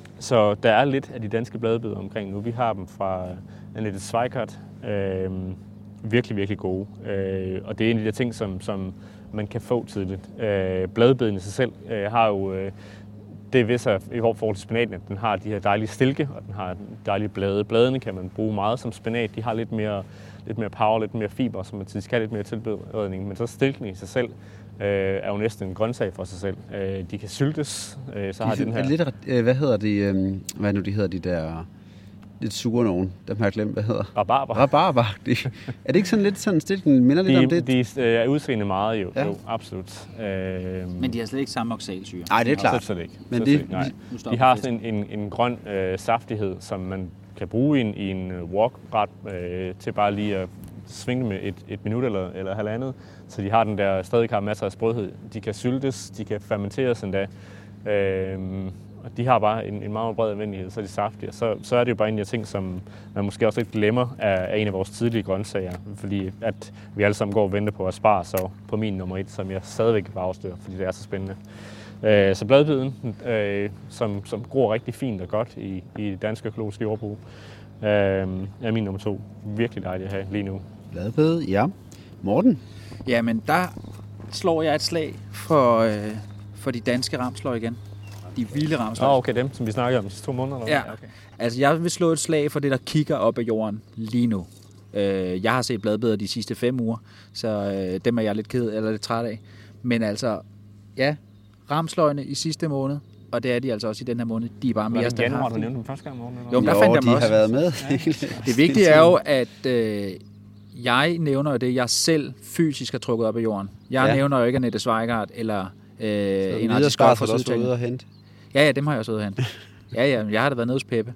så der er lidt af de danske bladbeder omkring nu. Vi har dem fra Annette Zweikart. Øh, virkelig, virkelig gode. Øh, og det er en af de ting, som, som man kan få tidligt. Øh, bladbeden i sig selv øh, har jo... Øh, Det ved sig i forhold til spinaten, at den har de her dejlige stilke, og den har dejlige blade. Bladene kan man bruge meget som spinat. De har lidt mere, lidt mere power, lidt mere fiber, så man skal have lidt mere tilberedning. Men så stilken i sig selv øh, er jo næsten en grøntsag for sig selv. Øh, de kan syltes, øh, så har de den her... Lidt, øh, hvad hedder de, øh, hvad nu de hedder, de der lidt sure nogen, dem har jeg glemt, hvad hedder? Rabarber. Rabarber. De, er det ikke sådan lidt sådan, stilken minder lidt de, om det? De øh, er udseende meget jo, ja. jo absolut. Øh, Men de har slet ikke samme oxalsyre. Nej, det er klart. Slet ikke. Men det, det, nej. De har sådan en, en, en grøn øh, saftighed, som man kan bruge i en, i en walk-ret øh, til bare lige at svinge med et, et minut eller, eller halvandet. Så de har den der, stadig har masser af sprødhed. De kan syltes, de kan fermenteres endda. Øh, og de har bare en, en meget bred anvendelighed, så er de saftige. Så, så er det jo bare en af de ting, som man måske også lidt glemmer af, af en af vores tidlige grøntsager. Fordi at vi alle sammen går og venter på asparges, så på min nummer et, som jeg stadigvæk vil afsløre, fordi det er så spændende. Øh, så bladbeden, øh, som, som gror rigtig fint og godt i, i dansk økologisk jordbrug, øh, er min nummer to. Virkelig dejligt at have lige nu. Bladbede, ja. Morten? Jamen, der slår jeg et slag for, øh, for de danske ramsløg igen. De vilde ramsløg. Oh, okay, dem, som vi snakkede om de sidste to måneder? Eller? Ja, okay. Altså jeg vil slå et slag for det, der kigger op af jorden lige nu. Øh, jeg har set bladbeder de sidste fem uger, så øh, dem er jeg lidt ked eller lidt træt af. Men altså, ja, ramsløgene i sidste måned, og det er de altså også i den her måned, de er bare mere standhaftige. Var det januar, du nævnte dem første gang morgen? Jo, der fandt jeg de også. har været med. Ja. Det vigtige er jo, at øh, jeg nævner jo det, jeg selv fysisk har trukket op af jorden. Jeg ja. nævner jo ikke Annette Zweikart eller øh, en artiskop fra Sydtængen. Ja, ja, dem har jeg også ude hen. Ja, ja, jeg har da været nede hos Peppe.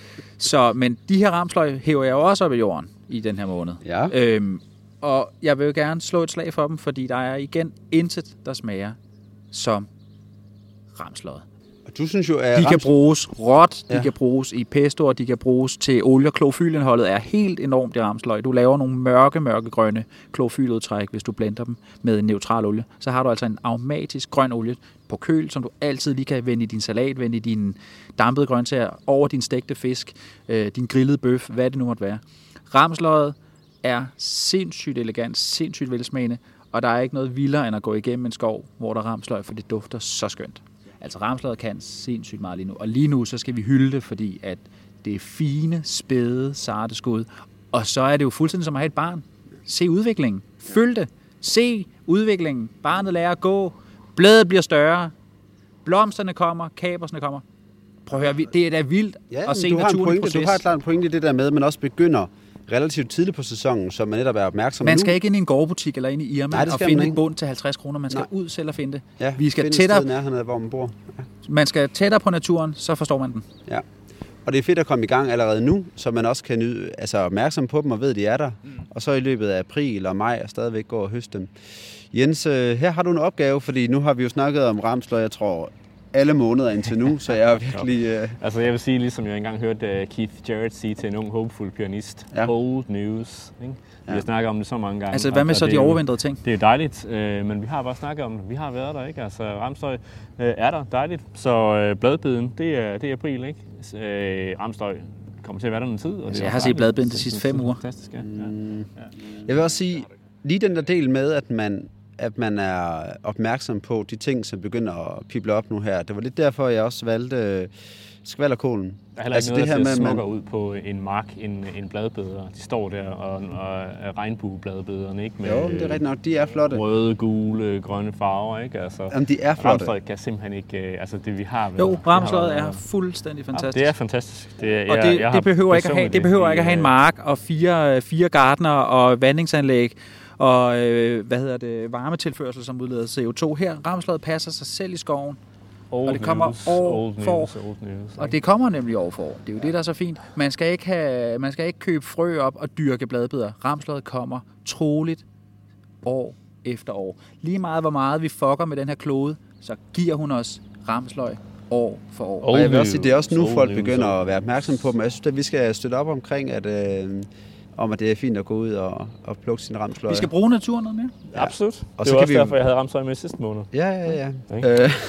Så, men de her ramsløg hæver jeg jo også op i jorden i den her måned. Ja. Øhm, og jeg vil jo gerne slå et slag for dem, fordi der er igen intet, der smager som ramsløget. Og du synes jo, at de kan bruges råt, de ja. kan bruges i pesto, de kan bruges til olie. Klorofylindholdet er helt enormt i ramsløg. Du laver nogle mørke, mørke grønne klorofyludtræk, hvis du blender dem med en neutral olie. Så har du altså en aromatisk grøn olie på køl, som du altid lige kan vende i din salat, vende i dine dampede grøntsager, over din stegte fisk, øh, din grillede bøf, hvad det nu måtte være. Ramsløget er sindssygt elegant, sindssygt velsmagende, og der er ikke noget vildere end at gå igennem en skov, hvor der er ramsløg, for det dufter så skønt. Altså ramsløget kan sindssygt meget lige nu. Og lige nu, så skal vi hylde det, fordi at det er fine, spæde, sarte skud. Og så er det jo fuldstændig som at have et barn. Se udviklingen. Følg det. Se udviklingen. Barnet lærer at gå. Bladet bliver større. Blomsterne kommer. Kabersne kommer. Prøv at høre, det er da vildt ja, at se du naturen har en i proces. Du har et klart en pointe i det der med, at man også begynder relativt tidligt på sæsonen, så man netop er opmærksom Man nu. skal ikke ind i en gårdbutik eller ind i Irma Nej, det og skal finde man en ikke. bund til halvtreds kroner. Man skal Nej. ud selv og finde det. Ja, Vi skal finde et tættere, sted nærheden af, hvor man bor. Ja. man skal tættere på naturen, så forstår man den. Ja. Og det er fedt at komme i gang allerede nu, så man også kan nyde, altså opmærksom på dem og ved, at de er der. Mm. Og så i løbet af april og maj og stadigvæk gå og høste dem. Jens, her har du en opgave, fordi nu har vi jo snakket om ramsløg, jeg tror, alle måneder indtil nu, så jeg er virkelig... Uh... Altså jeg vil sige, ligesom jeg engang hørte uh, Keith Jarrett sige til en ung, hopeful pianist, ja. Old news. Ikke? Vi ja. har snakket om det så mange gange. Altså hvad med så de overvintrede ting? Det er jo dejligt, øh, men vi har bare snakket om det. Vi har været der, ikke? Altså ramsløg øh, er der, dejligt. Så øh, bladbeden, det er, det er april, ikke? Øh, ramsløg kommer til at være der en tid. Og altså, det jeg har set bladbeden de sidste fem uger. Fantastisk, ja. Mm. Jeg vil også sige, lige den der del med, at man, at man er opmærksom på de ting, som begynder at pible op nu her. Det var lidt derfor, jeg også valgte skvalderkålen. Der er heller altså, ikke noget, det her der med, smukker man... ud på en mark, en, en bladbeder. De står der, og, og regnbuebladbederne, ikke? Med jo, det er rigtigt nok. De er flotte. Røde, gule, grønne farver, ikke? Altså, jamen, de er flotte. Ramsløg kan simpelthen ikke... Altså, det vi har været... Jo, ramsløget er fuldstændig fantastisk. Ja, det er fantastisk. Det er, og det, jeg, jeg det behøver ikke at have, det behøver ikke at have en mark og fire, fire gartner og vandingsanlæg og øh, hvad hedder det, varmetilførsel, som udleder C O to. Her, ramsløget passer sig selv i skoven. Old og det kommer news, år for år. News, og det kommer nemlig år for år. Det er jo det, der er så fint. Man skal ikke, have, man skal ikke købe frø op og dyrke bladbeder. Ramsløget kommer troligt år efter år. Lige meget, hvor meget vi fucker med den her klode, så giver hun os ramsløg år for år. Og jeg vil også sige, det er også nu, folk begynder at være opmærksom på dem. Jeg synes, at vi skal støtte op omkring, at, øh, om at det er fint at gå ud og, og plukke sin ramsløg. Vi skal bruge naturen noget mere. Ja. Absolut. Og det så var kan også vi... derfor, jeg havde ramsløg med sidste måned. Ja, ja, ja. Øh,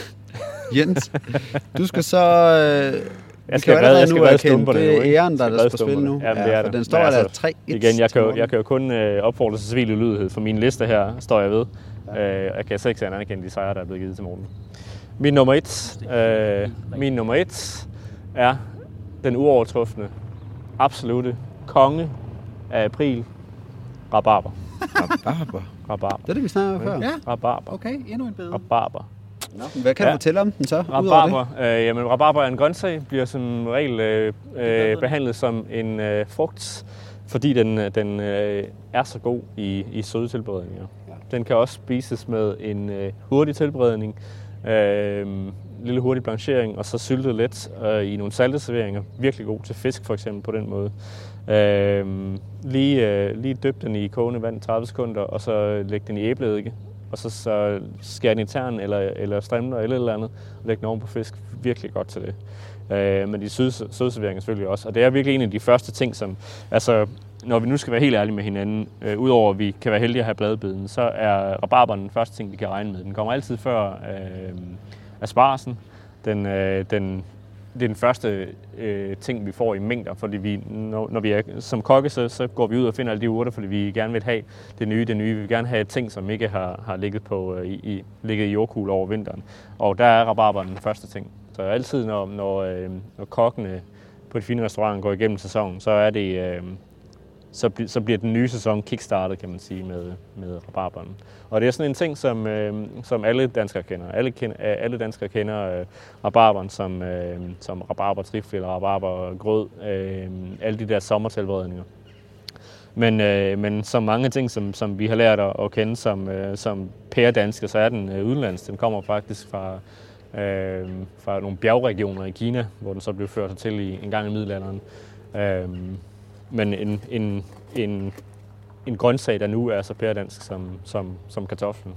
Jens, du skal så... Øh, jeg skal redde, jeg skal redde stumperne nu, ikke? Det er æren, der er på spil nu. Jamen, det er ja, det. Den står altså, der tre et. Igen, jeg kan, jo, jeg kan jo kun øh, opfordre til civil ulydighed, for min liste her står jeg ved. Ja. Øh, jeg kan så ikke sige anerkende de sejre, der er blevet givet til morgen. Min nummer et, øh, min nummer et er den uovertrufne, absolute konge af april, rabarber. Rabarber? Rabarber. Det er det, vi snakker om før. Ja, rabarber. Okay, endnu en bedre. Rabarber. Nå, hvad kan ja. du fortælle om den så? Rabarber, øh, jamen, rabarber er en grøntsag, bliver som regel øh, øh, behandlet som en øh, frugt, fordi den, den øh, er så god i, i søde tilberedninger. Ja. Den kan også spises med en øh, hurtig tilberedning, øh, lille hurtig blanchering, og så syltet let øh, i nogle salteserveringer. Virkelig god til fisk for eksempel på den måde. Øh, lige, øh, lige døb den i kogende vand tredive sekunder, og så læg den i æbleeddike. Og så, så skære den i tern eller, eller strimler eller et eller andet, og lægge den oven på fisk. Virkelig godt til det. Øh, men de søde, sødserveringer selvfølgelig også. Og det er virkelig en af de første ting, som... Altså, når vi nu skal være helt ærlige med hinanden, øh, udover at vi kan være heldige at have bladbeden, så er rabarberen den første ting, vi kan regne med. Den kommer altid før øh, aspargesen. Den, øh, den, det er den første øh, ting, vi får i mængder, fordi vi, når, når vi er som kokke, så, så går vi ud og finder alle de urter, fordi vi gerne vil have det nye, det nye. Vi vil gerne have ting, som ikke har, har ligget, på, øh, i, ligget i jordkugle over vinteren. Og der er rabarberen den første ting. Så altid, når, når, øh, når kokkene på de fine restauranter går igennem sæsonen, så er det... Øh, Så, bl- så bliver den nye sæson kickstartet, kan man sige, med, med rabarberen. Og det er sådan en ting, som, øh, som alle danskere kender. Alle, kender, alle danskere kender øh, rabarberen som, øh, som rabarbertrifle eller rabarbergrød. Øh, alle de der sommertilberedninger. Men, øh, men som mange ting, som, som vi har lært at, at kende som, øh, som pæredanske, så er den øh, udenlands. Den kommer faktisk fra, øh, fra nogle bjergregioner i Kina, hvor den så blev ført til i, en gang i middelalderen. Øh, Men en, en, en, en grøntsag, der nu er så pæredansk som, som, som kartoflen.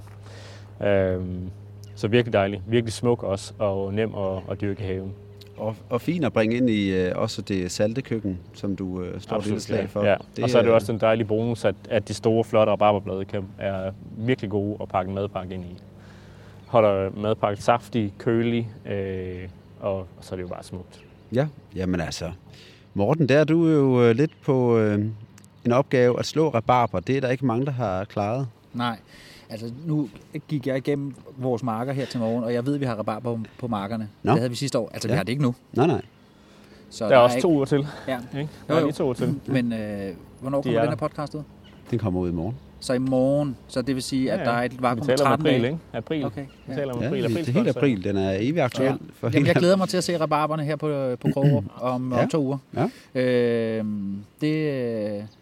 Øhm, så virkelig dejlig, virkelig smuk også, og nem at, at dyrke i haven. Og, og fint at bringe ind i øh, også det salte køkken, som du øh, står lidt slag for. Ja. Det, og så er det også en dejlig bonus, at, at de store, flotte rabarberblade kan, er virkelig gode at pakke en madpakke ind i. Holder madpakke saftig, kølig, øh, og, og så er det jo bare smukt. Ja, jamen altså... Morten, der er du jo øh, lidt på øh, en opgave at slå rabarber. Det er der ikke mange, der har klaret. Nej, altså nu gik jeg igennem vores marker her til morgen, og jeg ved, at vi har rabarber på markerne. Nå. Det havde vi sidste år. Altså, ja. Vi har det ikke nu. Nej, nej. Så der, der er også ikke... to uger til. Ja. Ikke? Der er lige to uger til. Men øh, hvornår kommer den her podcast ud? Den kommer ud i morgen. Så i morgen, så det vil sige, at ja, ja. der er et vakuum på tretten april, ikke? April. Okay. Ja. Vi taler om ja, april. april det er helt april. Den er evig aktuel. Ja. For Jamen, jeg glæder mig til at se rabarberne her på, på Krogerup om, ja. om to uger. Ja. Øh, det,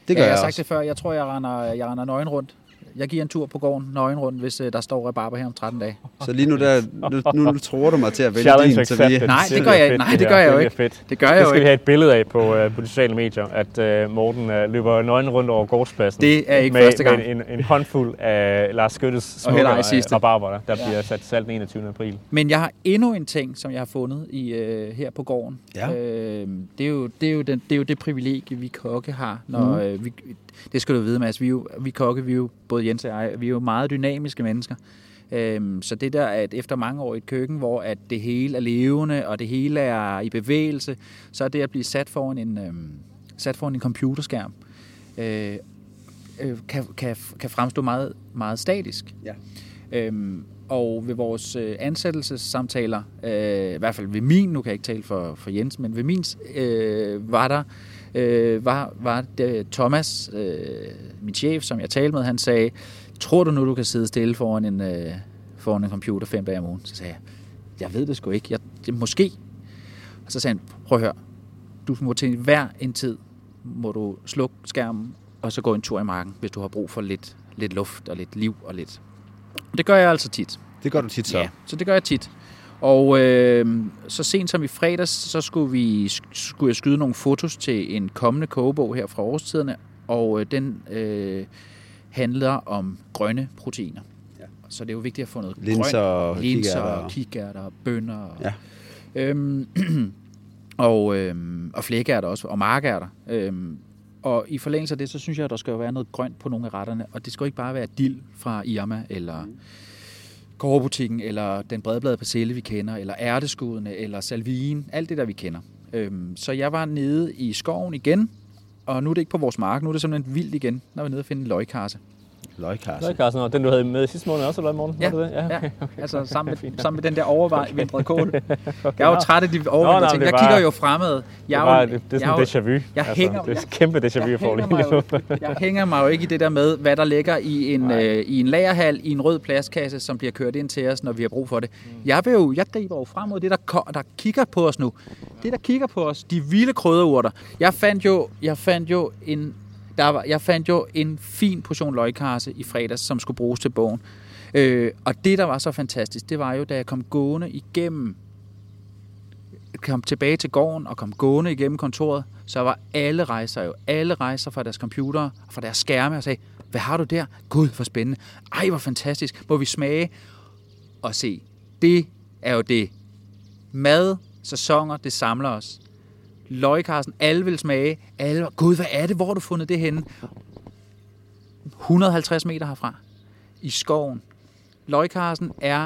Det gør ja, jeg, jeg har sagt også. det før. Jeg tror, jeg render, jeg render nøgen rundt. Jeg giver en tur på gården nøgen rundt, hvis uh, der står rabarber her om tretten dage. Så lige nu, der, nu, nu tror du mig til at vælge Challenge din, så vi... accepted. Nej, det gør jeg, fedt, nej, det gør jeg jo ikke. Fedt. Det gør jeg det jo skal vi ikke. have et billede af på, uh, på de sociale medier, at uh, Morten uh, løber nøgen rundt over gårdspladsen. Det er ikke med, første gang. Med en, en håndfuld af Lars Skyttes smukke rabarber, der, der ja. bliver sat salg den enogtyvende april. Men jeg har endnu en ting, som jeg har fundet i, uh, her på gården. Ja. Øh, det, er jo, det, er jo den, det er jo det privilegie, vi kokke har. Når, mm. uh, vi, det skal du vide, Mads. Vi, er jo, vi kokke, vi er jo, både Jens og jeg, vi er jo meget dynamiske mennesker. Øhm, så det der, at efter mange år i et køkken, hvor at det hele er levende, og det hele er i bevægelse, så er det at blive sat foran en, øhm, sat foran en computerskærm, øh, øh, kan, kan, kan fremstå meget, meget statisk. Ja. Øhm, og ved vores øh, ansættelsessamtaler, øh, i hvert fald ved min, nu kan jeg ikke tale for, for Jens, men ved min øh, var der øh, var, var det Thomas, øh, min chef, som jeg talte med, han sagde, tror du nu, du kan sidde stille foran en, øh, foran en computer fem dage om ugen? Så sagde jeg, jeg ved det sgu ikke. Jeg, jeg, måske. Og så sagde han, prøv at høre, du må til hver en tid, må du slukke skærmen, og så gå en tur i marken, hvis du har brug for lidt, lidt luft og lidt liv og lidt. Det gør jeg altså tit. Det gør du tit så. Ja, så det gør jeg tit. Og øh, så sent som i fredags, så skulle, vi, skulle jeg skyde nogle fotos til en kommende kogebog her fra Årstiderne, og øh, den øh, handler om grønne proteiner. Ja. Så det er jo vigtigt at få noget linser, grønt. Linser, og kikærter, bønner. Og, ja. øhm, og, øhm, og flækærter også, og markærter. Øhm, og i forlængelse af det, så synes jeg, at der skal jo være noget grønt på nogle af retterne, og det skal jo ikke bare være dild fra Irma, eller mm. gårdbutikken, eller den bredbladede persille, vi kender, eller ærteskuddene, eller salvien, alt det der, vi kender. Øhm, så jeg var nede i skoven igen, og nu er det ikke på vores mark, nu er det simpelthen vildt igen, når vi er nede og finde en løgkarse. Løgkarse. Løgkarse, den du havde med sidste måned også, eller i morgen? Ja, var det det? Ja, okay, ja. Okay. Altså sammen med, sammen med den der overvintrede kål. Okay. Jeg er jo træt af de overvintrede ting. Jeg bare, kigger jo fremad. Jeg det, var, det, det er sådan en déjà vu. Jeg altså, hænger, det er kæmpe déjà vu, jeg får lige. Jeg hænger mig jo ikke i det der med, hvad der ligger i en, øh, i en lagerhal, i en rød plastkasse, som bliver kørt ind til os, når vi har brug for det. Mm. Jeg, vil jo, jeg griber jo frem mod det, der, der kigger på os nu. Det, der kigger på os, de vilde krydderurter. Jeg fandt jo, jeg fandt jo en... Der var, jeg fandt jo en fin portion løgkarse i fredags, som skulle bruges til bogen. Øh, og det, der var så fantastisk, det var jo, da jeg kom gående igennem, kom tilbage til gården og kom gående igennem kontoret, så var alle rejser jo, alle rejser fra deres computere og fra deres skærme og sagde, hvad har du der? Gud, hvor spændende. Ej, hvor fantastisk. Må vi smage og se. Det er jo det. Mad, sæsoner, det samler os. Løgkarsen, alle vil smage. Alle, Gud, hvad er det? Hvor har du fundet det henne? et hundrede og halvtreds meter herfra. I skoven. Løgkarsen er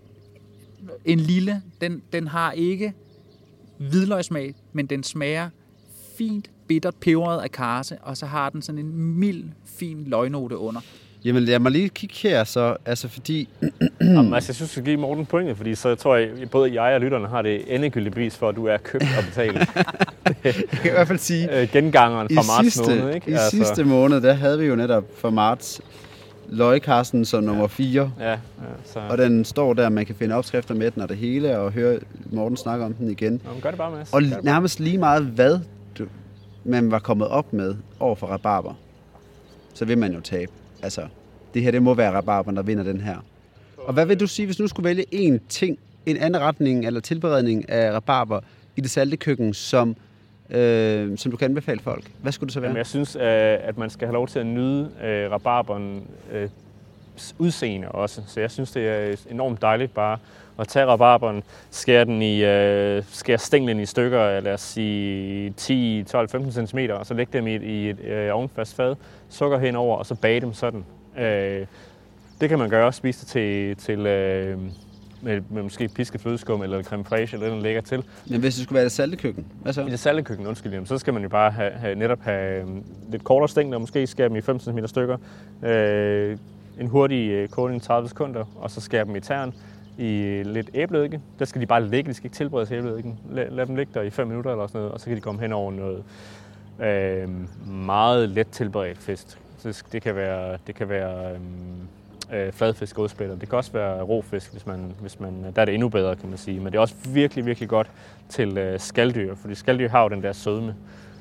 en lille, den, den har ikke hvidløgssmag, men den smager fint, bittert, peberet af karse, og så har den sådan en mild, fin løgnote under. Jamen lad mig lige kigge her så, altså fordi... Jamen, altså, jeg synes, du skal give Morten pointet, fordi så tror jeg, både jeg og lytterne har det endegyldige bevis for, at du er købt og betalt. Jeg kan i hvert fald sige... Gengangeren fra marts sidste, måned, ikke? I altså. sidste måned, der havde vi jo netop for marts løgkarsen som nummer fire. Ja, ja, så... Og den står der, man kan finde opskrifter med den og det hele, og høre Morten snakke om den igen. Jamen, gør det bare, Mads. Og nærmest lige meget, hvad du, man var kommet op med over for rabarber, så vil man jo tabe. Altså, det her, det må være rabarberen, der vinder den her. Og hvad vil du sige, hvis du skulle vælge en ting, en anden retning eller tilberedning af rabarber i det salte køkken, som, øh, som du kan anbefale folk? Hvad skulle det så være? Jamen, jeg synes, at man skal have lov til at nyde øh, rabarberen øh, udseende også. Så jeg synes, det er enormt dejligt bare at tage rabarberen, skære den i, øh, skære stænglen i stykker, lad os sige ti, tolv, femten centimeter, og så lægge dem i et, i et øh, ovnfast fad, sukker henover, og så bage dem sådan. Øh, det kan man gøre også, spise det til, til øh, med, med måske pisket flødeskum eller creme fraiche eller noget lækker til. Men hvis det skulle være det salte køkken, hvad så? I det salte køkken, undskyld, jamen, så skal man jo bare have, have, netop have lidt kortere stængler, måske skære dem i fem centimeter stykker, øh, en hurtig øh, kogning tredive sekunder, og så skære dem i tern i lidt æbleeddike. Der skal de bare ligge, de skal ikke tilberedes æbleeddiken. Lad, lad dem ligge der i fem minutter eller sådan noget, og så kan de komme hen over noget øh, meget let tilberedt fisk. Så det kan være, det kan være øh, fladfisk og odspætter. Det kan også være råfisk, hvis man, hvis man, der er det endnu bedre, kan man sige. Men det er også virkelig, virkelig godt til øh, skaldyr, fordi skaldyr har jo den der sødme.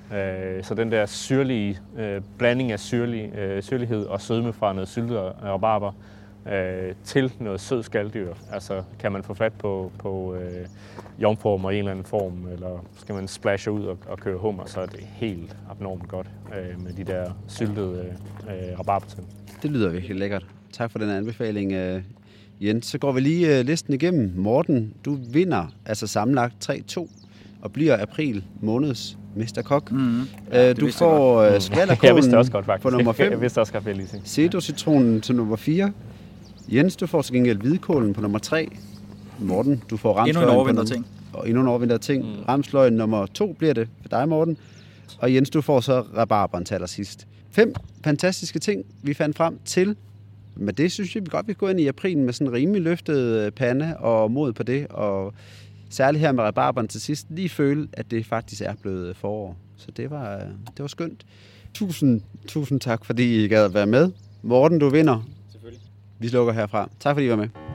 Øh, så den der syrlige øh, blanding af syrlig, øh, syrlighed og sødme fra noget syltet rabarber øh, til noget sød skaldyr. Altså kan man få fat på, på øh, jomfruer i en eller anden form, eller skal man splashe ud og, og køre hummer, så er det helt abnormt godt øh, med de der syltede øh, rabarber til. Det lyder virkelig lækkert. Tak for den anbefaling, øh, Jens. Så går vi lige øh, listen igennem. Morten, du vinder altså sammenlagt tre to og bliver april måneds mesterkok. Mm. Ja, du får øh, skvalderkålen jeg vidste også godt, faktisk. på nummer fem. Jeg vidste også godt, vil jeg lige sige. Cedo-citronen til nummer fire. Jens, du får til gengæld hvidkålen på nummer tre. Morten, du får ramsløgn. Endnu en overvintret ting. Og endnu en overvintret ting. Mm. Ramsløgn nummer to bliver det for dig, Morten. Og Jens, du får så rabarberen til allersidst. Fem fantastiske ting, vi fandt frem til. Men det synes jeg vi godt, vi går ind i april med sådan en rimelig løftet pande og mod på det. Og særligt her med rabarberen til sidst, lige føle, at det faktisk er blevet forår. Så det var, det var skønt. Tusind, tusind tak, fordi I gad at være med. Morten, du vinder. Selvfølgelig. Vi slukker herfra. Tak fordi I var med.